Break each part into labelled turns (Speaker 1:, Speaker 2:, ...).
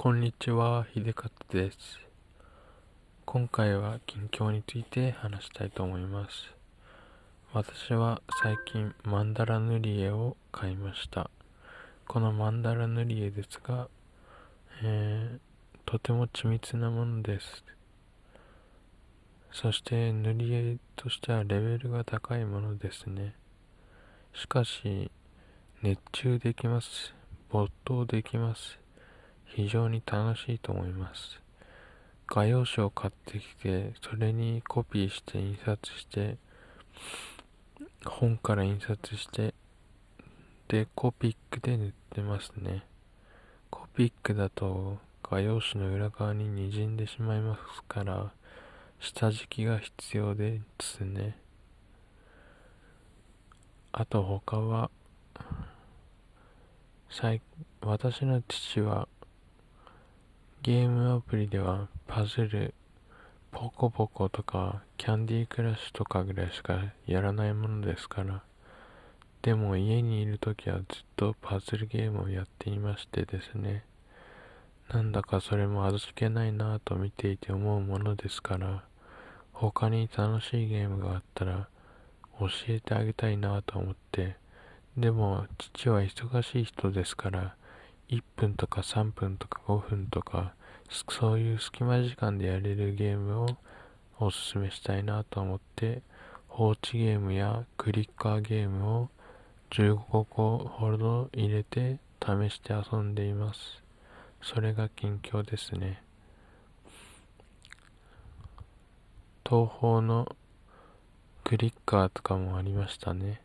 Speaker 1: こんにちは、秀勝です。今回は近況について話したいと思います。私は最近マンダラ塗り絵を買いました。このマンダラ塗り絵ですが、とても緻密なものです。そして塗り絵としてはレベルが高いものですね。しかし、熱中できます。没頭できます。非常に楽しいと思います。画用紙を買ってきて、それにコピーして印刷して、本から印刷して、で、コピックで塗ってますね。コピックだと画用紙の裏側に滲んでしまいますから、下敷きが必要ですね。あと他は、私の父はゲームアプリではパズル、ポコポコとかキャンディークラッシュとかぐらいしかやらないものですから、でも家にいるときはずっとパズルゲームをやっていましてですね、なんだかそれも味気ないなぁと見ていて思うものですから、他に楽しいゲームがあったら教えてあげたいなぁと思って、でも父は忙しい人ですから、1分とか3分とか5分とか、そういう隙間時間でやれるゲームをおすすめしたいなと思って、放置ゲームやクリッカーゲームを15個ほど入れて試して遊んでいます。それが近況ですね。東宝のクリッカーとかもありましたね。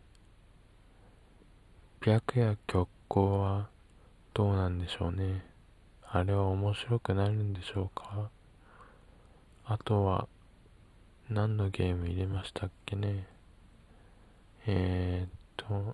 Speaker 1: 白夜極光はどうなんでしょうね。あれは面白くなるんでしょうか。あとは何のゲーム入れましたっけね。えーっと、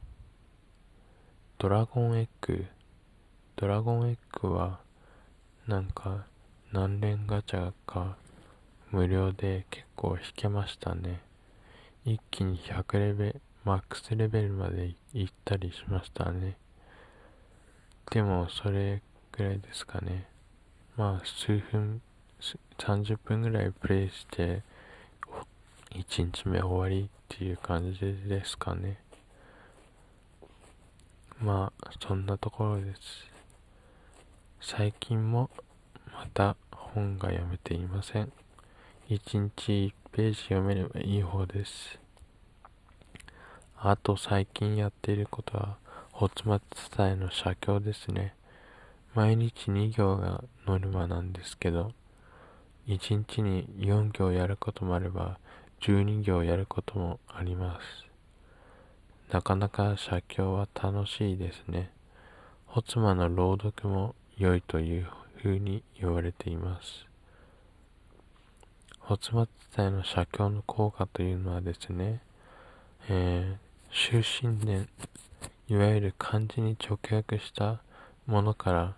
Speaker 1: ドラゴンエッグ。ドラゴンエッグはなんか何連ガチャか無料で結構引けましたね。一気に100レベル、マックスレベルまで行ったりしましたね。でもそれぐらいですかね。まあ数分、30分ぐらいプレイして、1日目終わりっていう感じですかね。まあそんなところです。最近もまた本が読めていません。1日1ページ読めればいい方です。あと最近やっていることは、ホツマツ伝えの写経ですね。毎日2行がノルマなんですけど、1日に4行やることもあれば、12行やることもあります。なかなか写経は楽しいですね。ホツマの朗読も良いという風に言われています。ホツマ伝えの写経の効果というのはですね、終身年、いわゆる漢字に直訳したものから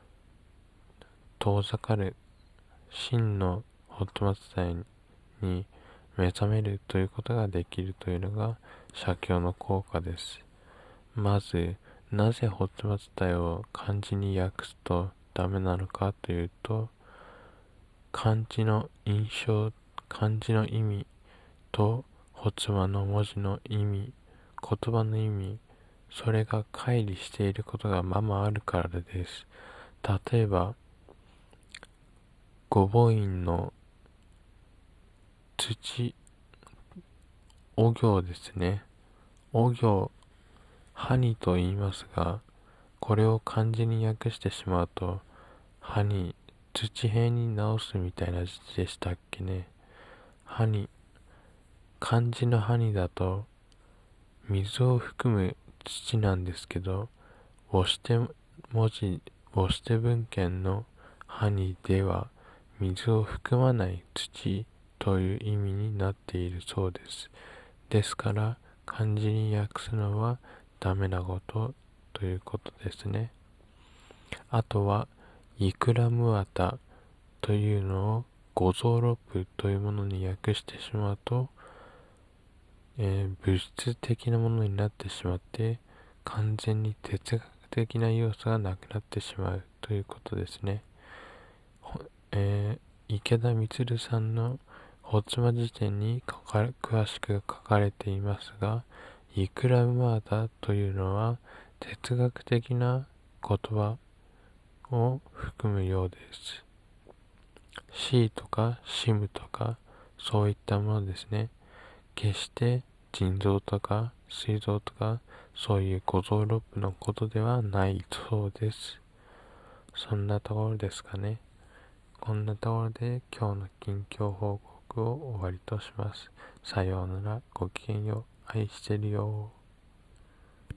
Speaker 1: 遠ざかる真のホットマツ伝いに目覚めるということができるというのが写経の効果です。まず、なぜホットマツ伝いを漢字に訳すとダメなのかというと、漢字の印象、漢字の意味とホツマの文字の意味、言葉の意味、それが乖離していることがままあるからです。例えば、五母院の土、お行ですね。お行、はにと言いますが、これを漢字に訳してしまうと、はに、土塀に直すみたいな字でしたっけね。はに、漢字のはにだと、水を含む土なんですけど、母して文字、母して文献のはにでは、水を含まない土という意味になっているそうです。ですから、漢字に訳すのはダメなことということですね。あとは、イクラムワタというのを五臓六腑というものに訳してしまうと、物質的なものになってしまって、完全に的な要素がなくなってしまうということですね。池田充さんのホツマ辞典に詳しく書かれていますが、イクラマーダというのは哲学的な言葉を含むようです。シーとかシムとかそういったものですね。決して腎臓とか膵臓とかそういう五臓六腑のことではないそうです。そんなところですかね。こんなところで今日の近況報告を終わりとします。さようなら、ごきげんよう、愛してるよ。